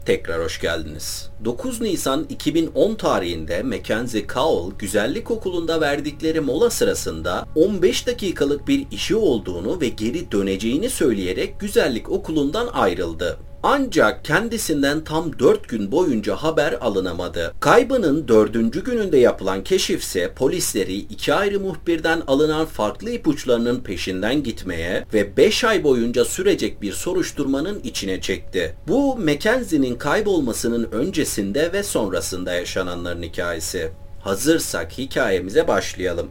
Tekrar hoş geldiniz. 9 Nisan 2010 tarihinde Mackenzie Cowell, güzellik okulunda verdikleri mola sırasında 15 dakikalık bir işi olduğunu ve geri döneceğini söyleyerek güzellik okulundan ayrıldı. Ancak kendisinden tam 4 gün boyunca haber alınamadı. Kaybının 4. gününde yapılan keşif ise polisleri 2 ayrı muhbirden alınan farklı ipuçlarının peşinden gitmeye ve 5 ay boyunca sürecek bir soruşturmanın içine çekti. Bu Mackenzie'nin kaybolmasının öncesinde ve sonrasında yaşananların hikayesi. Hazırsak hikayemize başlayalım.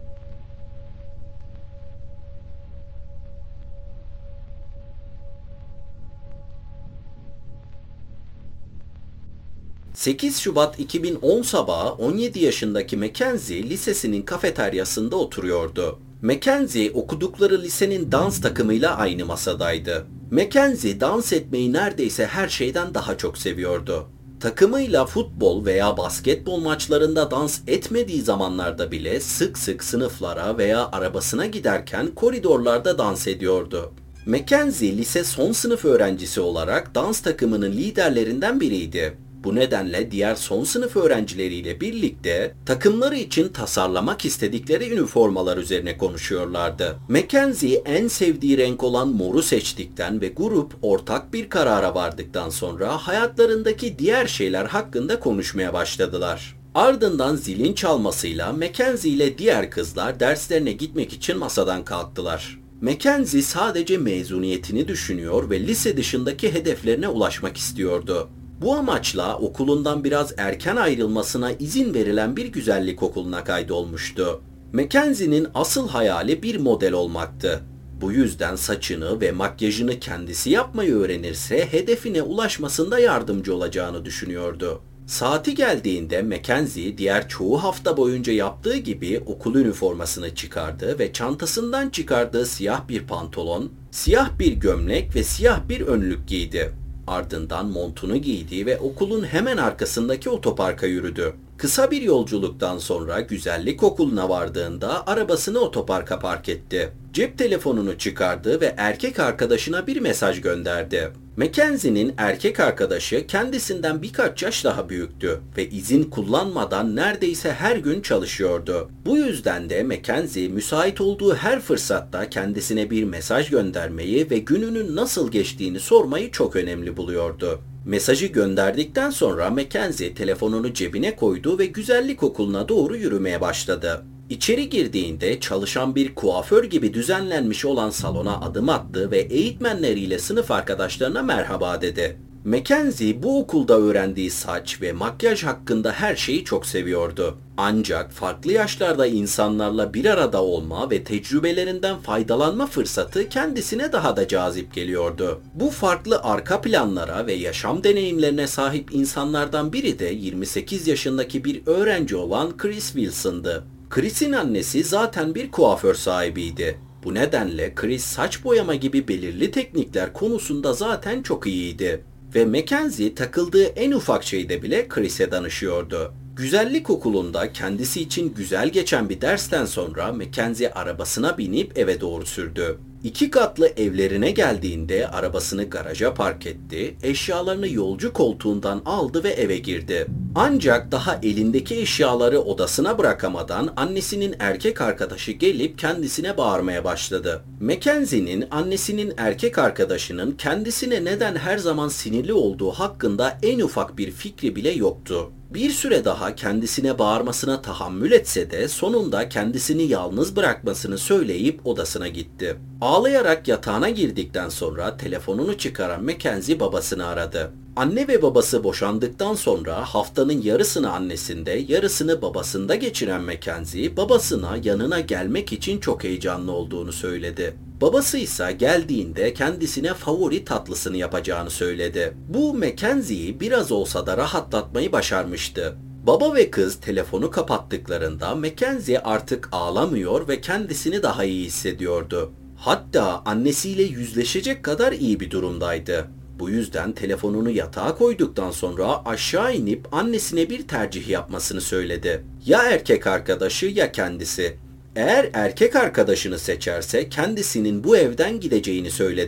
8 Şubat 2010 sabahı 17 yaşındaki Mackenzie lisesinin kafeteryasında oturuyordu. Mackenzie okudukları lisenin dans takımıyla aynı masadaydı. Mackenzie dans etmeyi neredeyse her şeyden daha çok seviyordu. Takımıyla futbol veya basketbol maçlarında dans etmediği zamanlarda bile sık sık sınıflara veya arabasına giderken koridorlarda dans ediyordu. Mackenzie lise son sınıf öğrencisi olarak dans takımının liderlerinden biriydi. Bu nedenle diğer son sınıf öğrencileriyle birlikte takımları için tasarlamak istedikleri üniformalar üzerine konuşuyorlardı. Mackenzie en sevdiği renk olan moru seçtikten ve grup ortak bir karara vardıktan sonra hayatlarındaki diğer şeyler hakkında konuşmaya başladılar. Ardından zilin çalmasıyla Mackenzie ile diğer kızlar derslerine gitmek için masadan kalktılar. Mackenzie sadece mezuniyetini düşünüyor ve lise dışındaki hedeflerine ulaşmak istiyordu. Bu amaçla okulundan biraz erken ayrılmasına izin verilen bir güzellik okuluna kaydolmuştu. Mackenzie'nin asıl hayali bir model olmaktı. Bu yüzden saçını ve makyajını kendisi yapmayı öğrenirse hedefine ulaşmasında yardımcı olacağını düşünüyordu. Saati geldiğinde Mackenzie diğer çoğu hafta boyunca yaptığı gibi okul üniformasını çıkardı ve çantasından çıkardığı siyah bir pantolon, siyah bir gömlek ve siyah bir önlük giydi. Ardından montunu giydi ve okulun hemen arkasındaki otoparka yürüdü. Kısa bir yolculuktan sonra güzellik okuluna vardığında arabasını otoparka park etti. Cep telefonunu çıkardı ve erkek arkadaşına bir mesaj gönderdi. Mackenzie'nin erkek arkadaşı kendisinden birkaç yaş daha büyüktü ve izin kullanmadan neredeyse her gün çalışıyordu. Bu yüzden de Mackenzie müsait olduğu her fırsatta kendisine bir mesaj göndermeyi ve gününün nasıl geçtiğini sormayı çok önemli buluyordu. Mesajı gönderdikten sonra Mackenzie telefonunu cebine koydu ve güzellik okuluna doğru yürümeye başladı. İçeri girdiğinde çalışan bir kuaför gibi düzenlenmiş olan salona adım attı ve eğitmenleriyle sınıf arkadaşlarına merhaba dedi. Mackenzie bu okulda öğrendiği saç ve makyaj hakkında her şeyi çok seviyordu. Ancak farklı yaşlarda insanlarla bir arada olma ve tecrübelerinden faydalanma fırsatı kendisine daha da cazip geliyordu. Bu farklı arka planlara ve yaşam deneyimlerine sahip insanlardan biri de 28 yaşındaki bir öğrenci olan Chris Wilson'dı. Chris'in annesi zaten bir kuaför sahibiydi. Bu nedenle Chris saç boyama gibi belirli teknikler konusunda zaten çok iyiydi. Ve Mackenzie takıldığı en ufak şeyde bile Chris'e danışıyordu. Güzellik okulunda kendisi için güzel geçen bir dersten sonra Mackenzie arabasına binip eve doğru sürdü. 2 katlı evlerine geldiğinde arabasını garaja park etti, eşyalarını yolcu koltuğundan aldı ve eve girdi. Ancak daha elindeki eşyaları odasına bırakamadan annesinin erkek arkadaşı gelip kendisine bağırmaya başladı. Mackenzie'nin annesinin erkek arkadaşının kendisine neden her zaman sinirli olduğu hakkında en ufak bir fikri bile yoktu. Bir süre daha kendisine bağırmasına tahammül etse de sonunda kendisini yalnız bırakmasını söyleyip odasına gitti. Ağlayarak yatağına girdikten sonra telefonunu çıkaran Mackenzie babasını aradı. Anne ve babası boşandıktan sonra haftanın yarısını annesinde, yarısını babasında geçiren Mackenzie, babasına yanına gelmek için çok heyecanlı olduğunu söyledi. Babası ise geldiğinde kendisine favori tatlısını yapacağını söyledi. Bu Mackenzie'yi biraz olsa da rahatlatmayı başarmıştı. Baba ve kız telefonu kapattıklarında Mackenzie artık ağlamıyor ve kendisini daha iyi hissediyordu. Hatta annesiyle yüzleşecek kadar iyi bir durumdaydı. Bu yüzden telefonunu yatağa koyduktan sonra aşağı inip annesine bir tercih yapmasını söyledi. Ya erkek arkadaşı ya kendisi. Eğer erkek arkadaşını seçerse kendisinin bu evden gideceğini söyledi.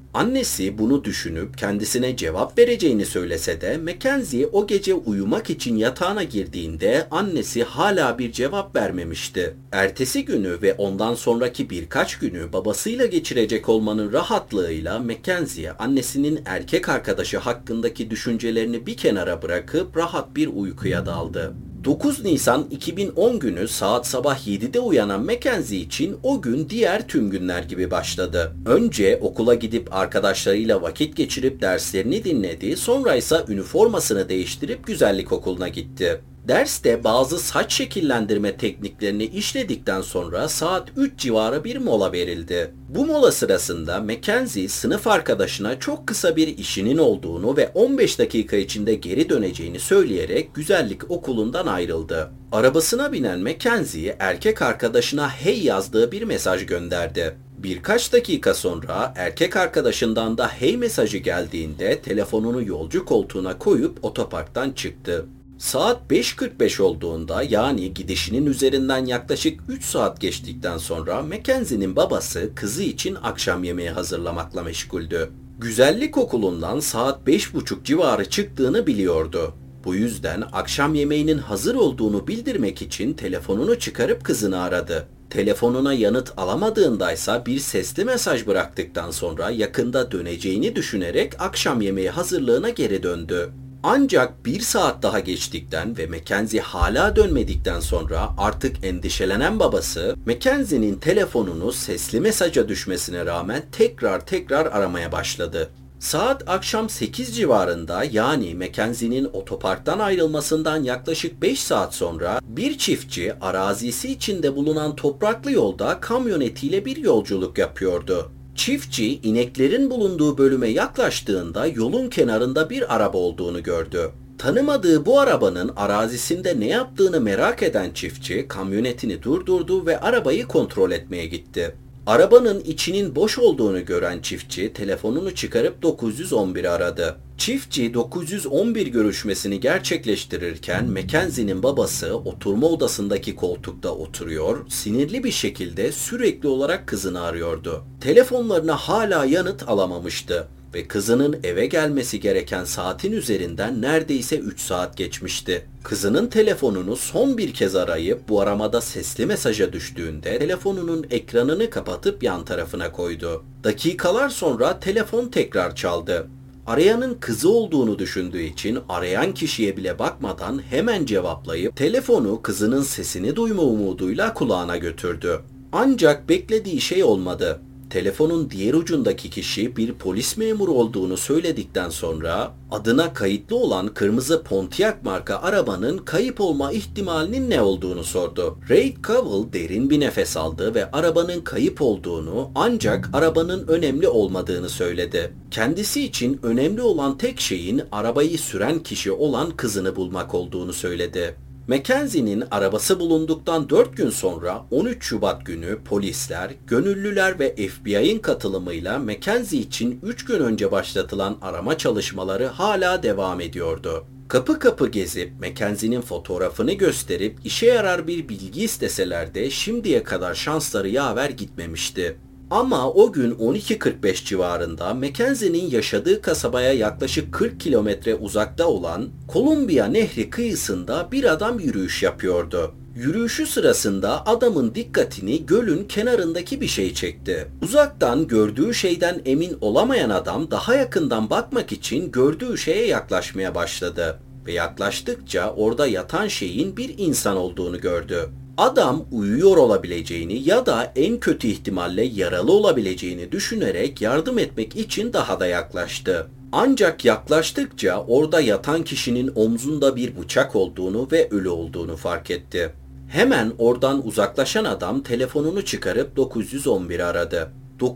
Annesi bunu düşünüp kendisine cevap vereceğini söylese de Mackenzie o gece uyumak için yatağına girdiğinde annesi hala bir cevap vermemişti. Ertesi günü ve ondan sonraki birkaç günü babasıyla geçirecek olmanın rahatlığıyla Mackenzie annesinin erkek arkadaşı hakkındaki düşüncelerini bir kenara bırakıp rahat bir uykuya daldı. 9 Nisan 2010 günü saat sabah 7'de uyanan Mackenzie için o gün diğer tüm günler gibi başladı. Önce okula gidip arkadaşlarıyla vakit geçirip derslerini dinledi, sonra ise üniformasını değiştirip güzellik okuluna gitti. Derste bazı saç şekillendirme tekniklerini işledikten sonra saat 3 civarı bir mola verildi. Bu mola sırasında Mackenzie sınıf arkadaşına çok kısa bir işinin olduğunu ve 15 dakika içinde geri döneceğini söyleyerek güzellik okulundan ayrıldı. Arabasına binen Mackenzie erkek arkadaşına hey yazdığı bir mesaj gönderdi. Birkaç dakika sonra erkek arkadaşından da hey mesajı geldiğinde telefonunu yolcu koltuğuna koyup otoparktan çıktı. Saat 5:45 olduğunda, yani gidişinin üzerinden yaklaşık 3 saat geçtikten sonra Mackenzie'nin babası kızı için akşam yemeği hazırlamakla meşguldü. Güzellik okulundan saat 5:30 civarı çıktığını biliyordu. Bu yüzden akşam yemeğinin hazır olduğunu bildirmek için telefonunu çıkarıp kızını aradı. Telefonuna yanıt alamadığındaysa bir sesli mesaj bıraktıktan sonra yakında döneceğini düşünerek akşam yemeği hazırlığına geri döndü. Ancak bir saat daha geçtikten ve Mackenzie hala dönmedikten sonra artık endişelenen babası Mackenzie'nin telefonunu sesli mesaja düşmesine rağmen tekrar aramaya başladı. Saat akşam 8 civarında, yani Mackenzie'nin otoparktan ayrılmasından yaklaşık 5 saat sonra bir çiftçi arazisi içinde bulunan topraklı yolda kamyonetiyle bir yolculuk yapıyordu. Çiftçi ineklerin bulunduğu bölüme yaklaştığında yolun kenarında bir araba olduğunu gördü. Tanımadığı bu arabanın arazisinde ne yaptığını merak eden çiftçi kamyonetini durdurdu ve arabayı kontrol etmeye gitti. Arabanın içinin boş olduğunu gören çiftçi telefonunu çıkarıp 911'i aradı. Çiftçi 911 görüşmesini gerçekleştirirken Mackenzie'nin babası oturma odasındaki koltukta oturuyor, sinirli bir şekilde sürekli olarak kızını arıyordu. Telefonlarına hala yanıt alamamıştı ve kızının eve gelmesi gereken saatin üzerinden neredeyse 3 saat geçmişti. Kızının telefonunu son bir kez arayıp bu aramada sesli mesaja düştüğünde telefonunun ekranını kapatıp yan tarafına koydu. Dakikalar sonra telefon tekrar çaldı. Arayanın kızı olduğunu düşündüğü için arayan kişiye bile bakmadan hemen cevaplayıp telefonu kızının sesini duyma umuduyla kulağına götürdü. Ancak beklediği şey olmadı. Telefonun diğer ucundaki kişi bir polis memuru olduğunu söyledikten sonra adına kayıtlı olan kırmızı Pontiac marka arabanın kayıp olma ihtimalinin ne olduğunu sordu. Ray Cowell derin bir nefes aldı ve arabanın kayıp olduğunu, ancak arabanın önemli olmadığını söyledi. Kendisi için önemli olan tek şeyin arabayı süren kişi olan kızını bulmak olduğunu söyledi. Mackenzie'nin arabası bulunduktan 4 gün sonra 13 Şubat günü polisler, gönüllüler ve FBI'ın katılımıyla Mackenzie için 3 gün önce başlatılan arama çalışmaları hala devam ediyordu. Kapı kapı gezip Mackenzie'nin fotoğrafını gösterip işe yarar bir bilgi isteseler de şimdiye kadar şansları yaver gitmemişti. Ama o gün 12:45 civarında Mackenzie'nin yaşadığı kasabaya yaklaşık 40 kilometre uzakta olan Columbia Nehri kıyısında bir adam yürüyüş yapıyordu. Yürüyüşü sırasında adamın dikkatini gölün kenarındaki bir şey çekti. Uzaktan gördüğü şeyden emin olamayan adam daha yakından bakmak için gördüğü şeye yaklaşmaya başladı ve yaklaştıkça orada yatan şeyin bir insan olduğunu gördü. Adam uyuyor olabileceğini ya da en kötü ihtimalle yaralı olabileceğini düşünerek yardım etmek için daha da yaklaştı. Ancak yaklaştıkça orada yatan kişinin omzunda bir bıçak olduğunu ve ölü olduğunu fark etti. Hemen oradan uzaklaşan adam telefonunu çıkarıp 911 aradı.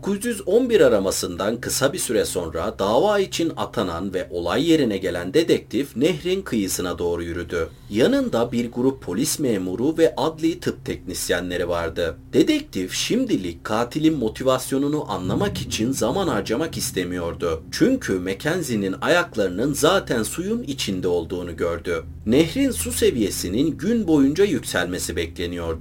911 aramasından kısa bir süre sonra dava için atanan ve olay yerine gelen dedektif nehrin kıyısına doğru yürüdü. Yanında bir grup polis memuru ve adli tıp teknisyenleri vardı. Dedektif şimdilik katilin motivasyonunu anlamak için zaman harcamak istemiyordu. Çünkü Mackenzie'nin ayaklarının zaten suyun içinde olduğunu gördü. Nehrin su seviyesinin gün boyunca yükselmesi bekleniyordu.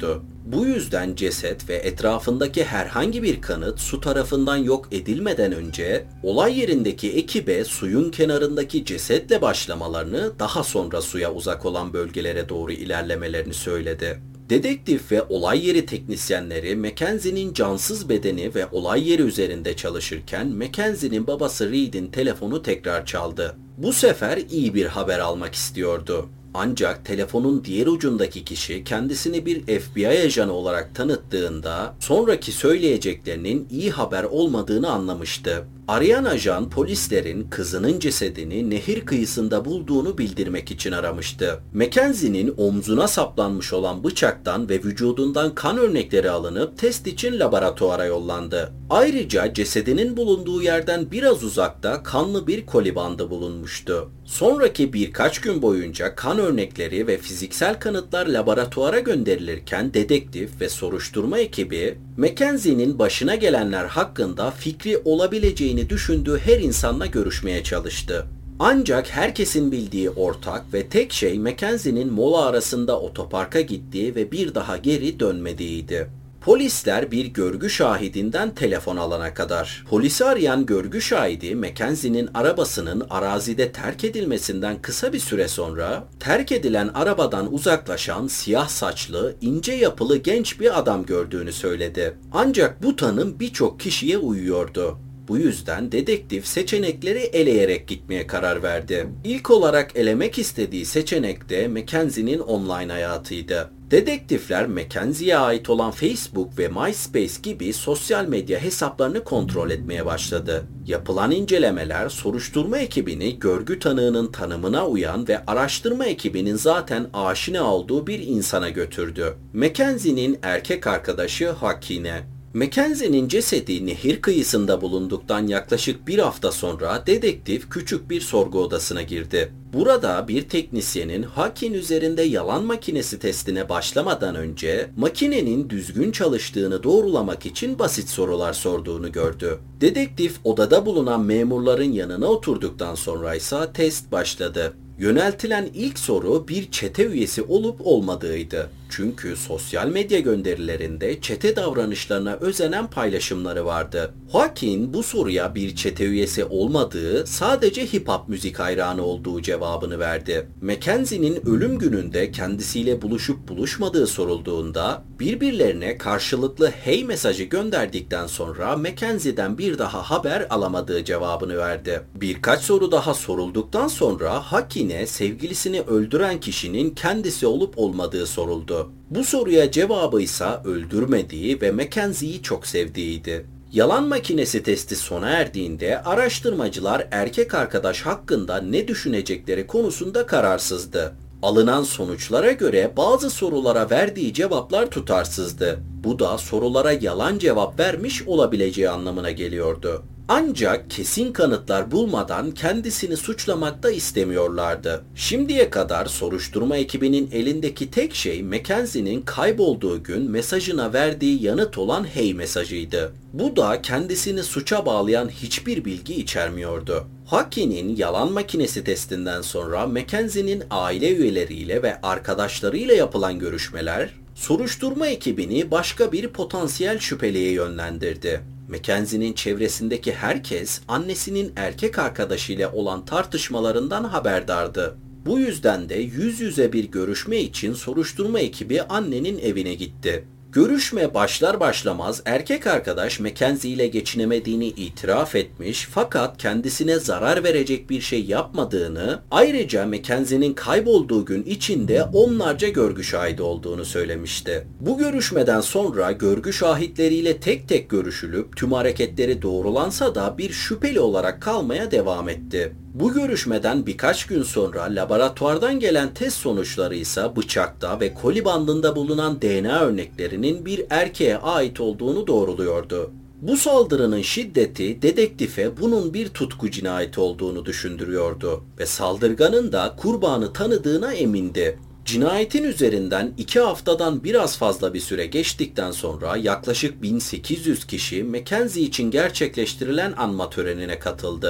Bu yüzden ceset ve etrafındaki herhangi bir kanıt su tarafından yok edilmeden önce olay yerindeki ekibe suyun kenarındaki cesetle başlamalarını, daha sonra suya uzak olan bölgelere doğru ilerlemelerini söyledi. Dedektif ve olay yeri teknisyenleri Mackenzie'nin cansız bedeni ve olay yeri üzerinde çalışırken Mackenzie'nin babası Reed'in telefonu tekrar çaldı. Bu sefer iyi bir haber almak istiyordu. Ancak telefonun diğer ucundaki kişi kendisini bir FBI ajanı olarak tanıttığında sonraki söyleyeceklerinin iyi haber olmadığını anlamıştı. Arayan ajan polislerin kızının cesedini nehir kıyısında bulduğunu bildirmek için aramıştı. Mackenzie'nin omzuna saplanmış olan bıçaktan ve vücudundan kan örnekleri alınıp test için laboratuvara yollandı. Ayrıca cesedinin bulunduğu yerden biraz uzakta kanlı bir koli bandı bulunmuştu. Sonraki birkaç gün boyunca kan örnekleri ve fiziksel kanıtlar laboratuvara gönderilirken dedektif ve soruşturma ekibi Mackenzie'nin başına gelenler hakkında fikri olabileceğini düşündüğü her insanla görüşmeye çalıştı. Ancak herkesin bildiği ortak ve tek şey Mackenzie'nin mola arasında otoparka gittiği ve bir daha geri dönmediğiydi. Polisler bir görgü şahidinden telefon alana kadar. Polisi arayan görgü şahidi Mackenzie'nin arabasının arazide terk edilmesinden kısa bir süre sonra terk edilen arabadan uzaklaşan siyah saçlı, ince yapılı genç bir adam gördüğünü söyledi. Ancak bu tanım birçok kişiye uyuyordu. Bu yüzden dedektif seçenekleri eleyerek gitmeye karar verdi. İlk olarak elemek istediği seçenek de Mackenzie'nin online hayatıydı. Dedektifler Mackenzie'ye ait olan Facebook ve MySpace gibi sosyal medya hesaplarını kontrol etmeye başladı. Yapılan incelemeler soruşturma ekibini görgü tanığının tanımına uyan ve araştırma ekibinin zaten aşina olduğu bir insana götürdü. Mackenzie'nin erkek arkadaşı Hakkine. Mackenzie'nin cesedi nehir kıyısında bulunduktan yaklaşık bir hafta sonra dedektif küçük bir sorgu odasına girdi. Burada bir teknisyenin Hakin üzerinde yalan makinesi testine başlamadan önce makinenin düzgün çalıştığını doğrulamak için basit sorular sorduğunu gördü. Dedektif odada bulunan memurların yanına oturduktan sonra ise test başladı. Yöneltilen ilk soru bir çete üyesi olup olmadığıydı. Çünkü sosyal medya gönderilerinde çete davranışlarına özenen paylaşımları vardı. Joaquin bu soruya bir çete üyesi olmadığı, sadece hip hop müzik hayranı olduğu cevabını verdi. Mackenzie'nin ölüm gününde kendisiyle buluşup buluşmadığı sorulduğunda birbirlerine karşılıklı hey mesajı gönderdikten sonra Mackenzie'den bir daha haber alamadığı cevabını verdi. Birkaç soru daha sorulduktan sonra Joaquin'e sevgilisini öldüren kişinin kendisi olup olmadığı soruldu. Bu soruya cevabı ise öldürmediği ve Mackenzie'yi çok sevdiğiydi. Yalan makinesi testi sona erdiğinde araştırmacılar erkek arkadaş hakkında ne düşünecekleri konusunda kararsızdı. Alınan sonuçlara göre bazı sorulara verdiği cevaplar tutarsızdı. Bu da sorulara yalan cevap vermiş olabileceği anlamına geliyordu. Ancak kesin kanıtlar bulmadan kendisini suçlamak da istemiyorlardı. Şimdiye kadar soruşturma ekibinin elindeki tek şey Mackenzie'nin kaybolduğu gün mesajına verdiği yanıt olan hey mesajıydı. Bu da kendisini suça bağlayan hiçbir bilgi içermiyordu. Haki'nin yalan makinesi testinden sonra Mackenzie'nin aile üyeleriyle ve arkadaşlarıyla yapılan görüşmeler, soruşturma ekibini başka bir potansiyel şüpheliye yönlendirdi. Mackenzie'nin çevresindeki herkes annesinin erkek arkadaşıyla olan tartışmalarından haberdardı. Bu yüzden de yüz yüze bir görüşme için soruşturma ekibi annenin evine gitti. Görüşme başlar başlamaz erkek arkadaş Mackenzie ile geçinemediğini itiraf etmiş fakat kendisine zarar verecek bir şey yapmadığını, ayrıca Mackenzie'nin kaybolduğu gün içinde onlarca görgü şahidi olduğunu söylemişti. Bu görüşmeden sonra görgü şahitleriyle tek tek görüşülüp tüm hareketleri doğrulansa da bir şüpheli olarak kalmaya devam etti. Bu görüşmeden birkaç gün sonra laboratuvardan gelen test sonuçları ise bıçakta ve koli bandında bulunan DNA örneklerinin bir erkeğe ait olduğunu doğruluyordu. Bu saldırının şiddeti dedektife bunun bir tutku cinayeti olduğunu düşündürüyordu ve saldırganın da kurbanı tanıdığına emindi. Cinayetin üzerinden 2 haftadan biraz fazla bir süre geçtikten sonra yaklaşık 1800 kişi Mackenzie için gerçekleştirilen anma törenine katıldı.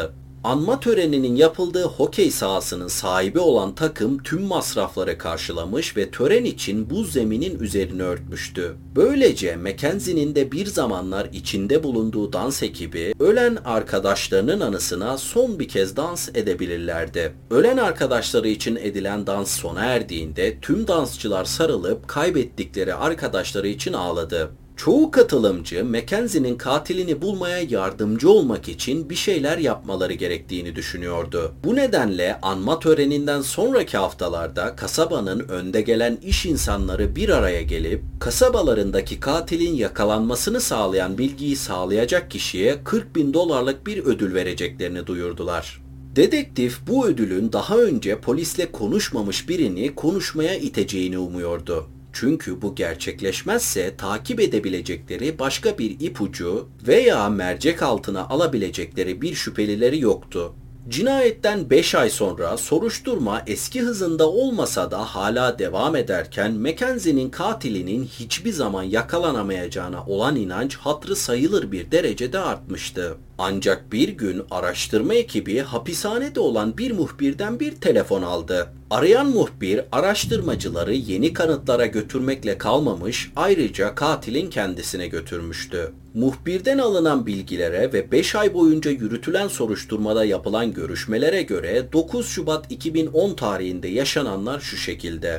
Anma töreninin yapıldığı hokey sahasının sahibi olan takım tüm masrafları karşılamış ve tören için buz zeminin üzerini örtmüştü. Böylece Mackenzie'nin de bir zamanlar içinde bulunduğu dans ekibi ölen arkadaşlarının anısına son bir kez dans edebilirlerdi. Ölen arkadaşları için edilen dans sona erdiğinde tüm dansçılar sarılıp kaybettikleri arkadaşları için ağladı. Çoğu katılımcı Mackenzie'nin katilini bulmaya yardımcı olmak için bir şeyler yapmaları gerektiğini düşünüyordu. Bu nedenle anma töreninden sonraki haftalarda kasabanın önde gelen iş insanları bir araya gelip kasabalarındaki katilin yakalanmasını sağlayan bilgiyi sağlayacak kişiye $40.000 bir ödül vereceklerini duyurdular. Dedektif bu ödülün daha önce polisle konuşmamış birini konuşmaya iteceğini umuyordu. Çünkü bu gerçekleşmezse takip edebilecekleri başka bir ipucu veya mercek altına alabilecekleri bir şüphelileri yoktu. Cinayetten 5 ay sonra soruşturma eski hızında olmasa da hala devam ederken Mackenzie'nin katilinin hiçbir zaman yakalanamayacağına olan inanç hatırı sayılır bir derecede artmıştı. Ancak bir gün araştırma ekibi hapishanede olan bir muhbirden bir telefon aldı. Arayan muhbir araştırmacıları yeni kanıtlara götürmekle kalmamış, ayrıca katilin kendisine götürmüştü. Muhbirden alınan bilgilere ve 5 ay boyunca yürütülen soruşturmada yapılan görüşmelere göre 9 Şubat 2010 tarihinde yaşananlar şu şekilde.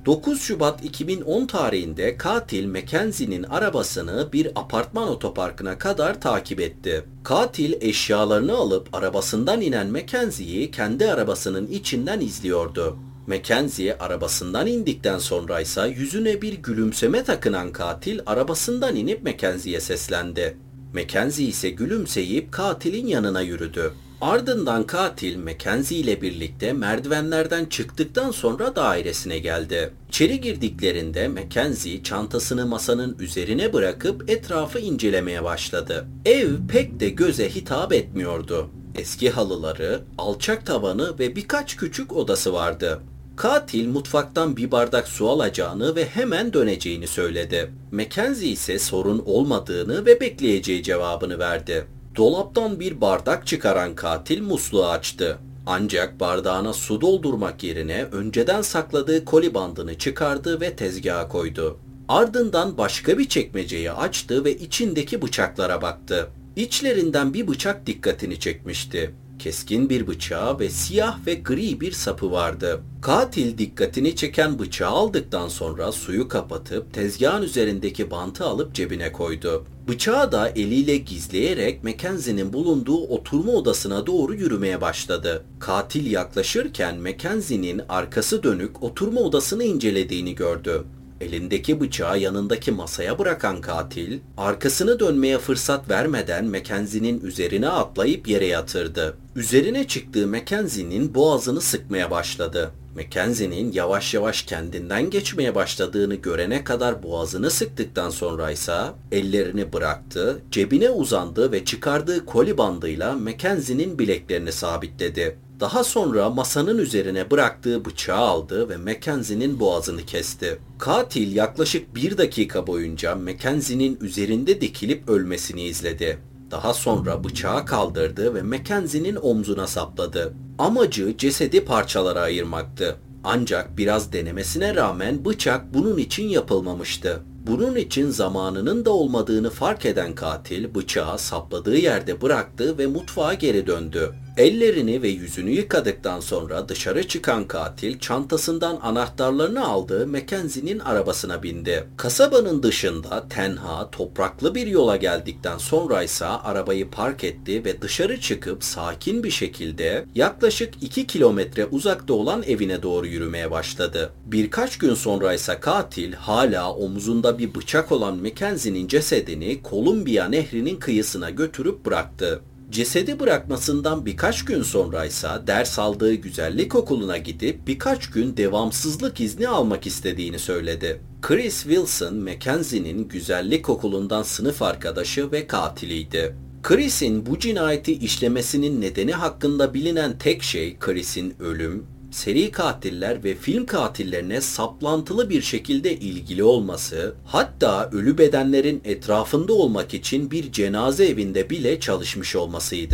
9 Şubat 2010 tarihinde katil Mackenzie'nin arabasını bir apartman otoparkına kadar takip etti. Katil eşyalarını alıp arabasından inen Mackenzie'yi kendi arabasının içinden izliyordu. Mackenzie arabasından indikten sonra ise yüzüne bir gülümseme takınan katil arabasından inip Mackenzie'ye seslendi. Mackenzie ise gülümseyip katilin yanına yürüdü. Ardından katil Mackenzie ile birlikte merdivenlerden çıktıktan sonra dairesine geldi. İçeri girdiklerinde Mackenzie çantasını masanın üzerine bırakıp etrafı incelemeye başladı. Ev pek de göze hitap etmiyordu. Eski halıları, alçak tavanı ve birkaç küçük odası vardı. Katil mutfaktan bir bardak su alacağını ve hemen döneceğini söyledi. Mackenzie ise sorun olmadığını ve bekleyeceği cevabını verdi. Dolaptan bir bardak çıkaran katil musluğu açtı. Ancak bardağına su doldurmak yerine önceden sakladığı koli bandını çıkardı ve tezgaha koydu. Ardından başka bir çekmeceyi açtı ve içindeki bıçaklara baktı. İçlerinden bir bıçak dikkatini çekmişti. Keskin bir bıçağı ve siyah ve gri bir sapı vardı. Katil dikkatini çeken bıçağı aldıktan sonra suyu kapatıp tezgahın üzerindeki bantı alıp cebine koydu. Bıçağı da eliyle gizleyerek Mackenzie'nin bulunduğu oturma odasına doğru yürümeye başladı. Katil yaklaşırken Mackenzie'nin arkası dönük oturma odasını incelediğini gördü. Elindeki bıçağı yanındaki masaya bırakan katil, arkasını dönmeye fırsat vermeden Mackenzie'nin üzerine atlayıp yere yatırdı. Üzerine çıktığı Mackenzie'nin boğazını sıkmaya başladı. Mackenzie'nin yavaş yavaş kendinden geçmeye başladığını görene kadar boğazını sıktıktan sonra ise ellerini bıraktı, cebine uzandı ve çıkardığı koli bandıyla Mackenzie'nin bileklerini sabitledi. Daha sonra masanın üzerine bıraktığı bıçağı aldı ve Mackenzie'nin boğazını kesti. Katil yaklaşık 1 dakika boyunca Mackenzie'nin üzerinde dikilip ölmesini izledi. Daha sonra bıçağı kaldırdı ve Mackenzie'nin omzuna sapladı. Amacı cesedi parçalara ayırmaktı. Ancak biraz denemesine rağmen bıçak bunun için yapılmamıştı. Bunun için zamanının da olmadığını fark eden katil bıçağı sapladığı yerde bıraktı ve mutfağa geri döndü. Ellerini ve yüzünü yıkadıktan sonra dışarı çıkan katil çantasından anahtarlarını aldı, Mackenzie'nin arabasına bindi. Kasabanın dışında tenha, topraklı bir yola geldikten sonra ise arabayı park etti ve dışarı çıkıp sakin bir şekilde yaklaşık 2 kilometre uzakta olan evine doğru yürümeye başladı. Birkaç gün sonra ise katil hala omuzunda bir bıçak olan Mackenzie'nin cesedini Kolumbiya Nehri'nin kıyısına götürüp bıraktı. Cesedi bırakmasından birkaç gün sonra ise ders aldığı güzellik okuluna gidip birkaç gün devamsızlık izni almak istediğini söyledi. Chris Wilson, Mackenzie'nin güzellik okulundan sınıf arkadaşı ve katiliydi. Chris'in bu cinayeti işlemesinin nedeni hakkında bilinen tek şey Chris'in ölüm, seri katiller ve film katillerine saplantılı bir şekilde ilgili olması, hatta ölü bedenlerin etrafında olmak için bir cenaze evinde bile çalışmış olmasıydı.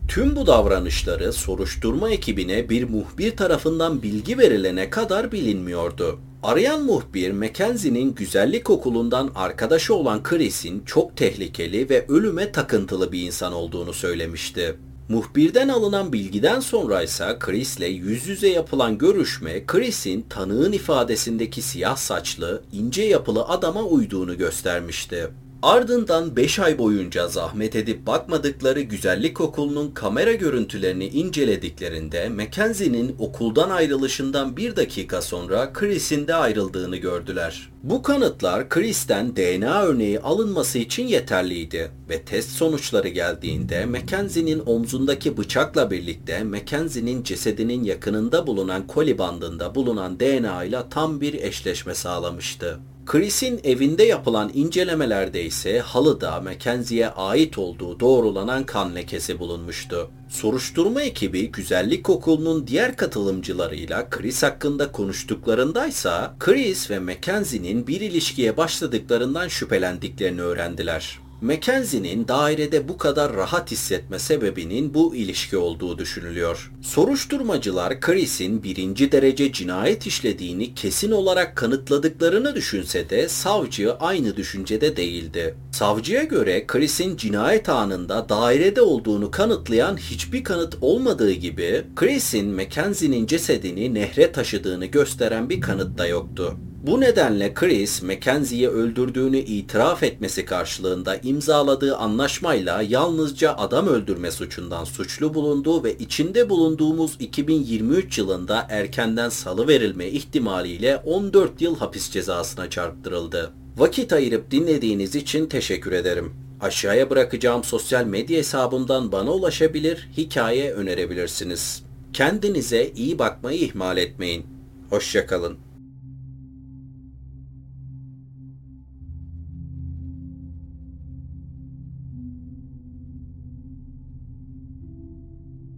Tüm bu davranışları soruşturma ekibine bir muhbir tarafından bilgi verilene kadar bilinmiyordu. Arayan muhbir, Mackenzie'nin güzellik okulundan arkadaşı olan Chris'in çok tehlikeli ve ölüme takıntılı bir insan olduğunu söylemişti. Muhbirden alınan bilgiden sonra ise Chris'le yüz yüze yapılan görüşme, Chris'in tanığın ifadesindeki siyah saçlı, ince yapılı adama uyduğunu göstermişti. Ardından 5 ay boyunca zahmet edip bakmadıkları güzellik okulunun kamera görüntülerini incelediklerinde Mackenzie'nin okuldan ayrılışından 1 dakika sonra Chris'in de ayrıldığını gördüler. Bu kanıtlar Chris'ten DNA örneği alınması için yeterliydi ve test sonuçları geldiğinde Mackenzie'nin omzundaki bıçakla birlikte Mackenzie'nin cesedinin yakınında bulunan koli bandında bulunan DNA ile tam bir eşleşme sağlamıştı. Chris'in evinde yapılan incelemelerde ise halıda Mackenzie'ye ait olduğu doğrulanan kan lekesi bulunmuştu. Soruşturma ekibi güzellik okulunun diğer katılımcılarıyla Chris hakkında konuştuklarındaysa Chris ve Mackenzie'nin bir ilişkiye başladıklarından şüphelendiklerini öğrendiler. Mackenzie'nin dairede bu kadar rahat hissetme sebebinin bu ilişki olduğu düşünülüyor. Soruşturmacılar Chris'in 1. derece cinayet işlediğini kesin olarak kanıtladıklarını düşünse de savcı aynı düşüncede değildi. Savcıya göre Chris'in cinayet anında dairede olduğunu kanıtlayan hiçbir kanıt olmadığı gibi Chris'in Mackenzie'nin cesedini nehre taşıdığını gösteren bir kanıt da yoktu. Bu nedenle Chris, Mackenzie'yi öldürdüğünü itiraf etmesi karşılığında imzaladığı anlaşmayla yalnızca adam öldürme suçundan suçlu bulunduğu ve içinde bulunduğumuz 2023 yılında erkenden salıverilme ihtimaliyle 14 yıl hapis cezasına çarptırıldı. Vakit ayırıp dinlediğiniz için teşekkür ederim. Aşağıya bırakacağım sosyal medya hesabımdan bana ulaşabilir, hikaye önerebilirsiniz. Kendinize iyi bakmayı ihmal etmeyin. Hoşça kalın.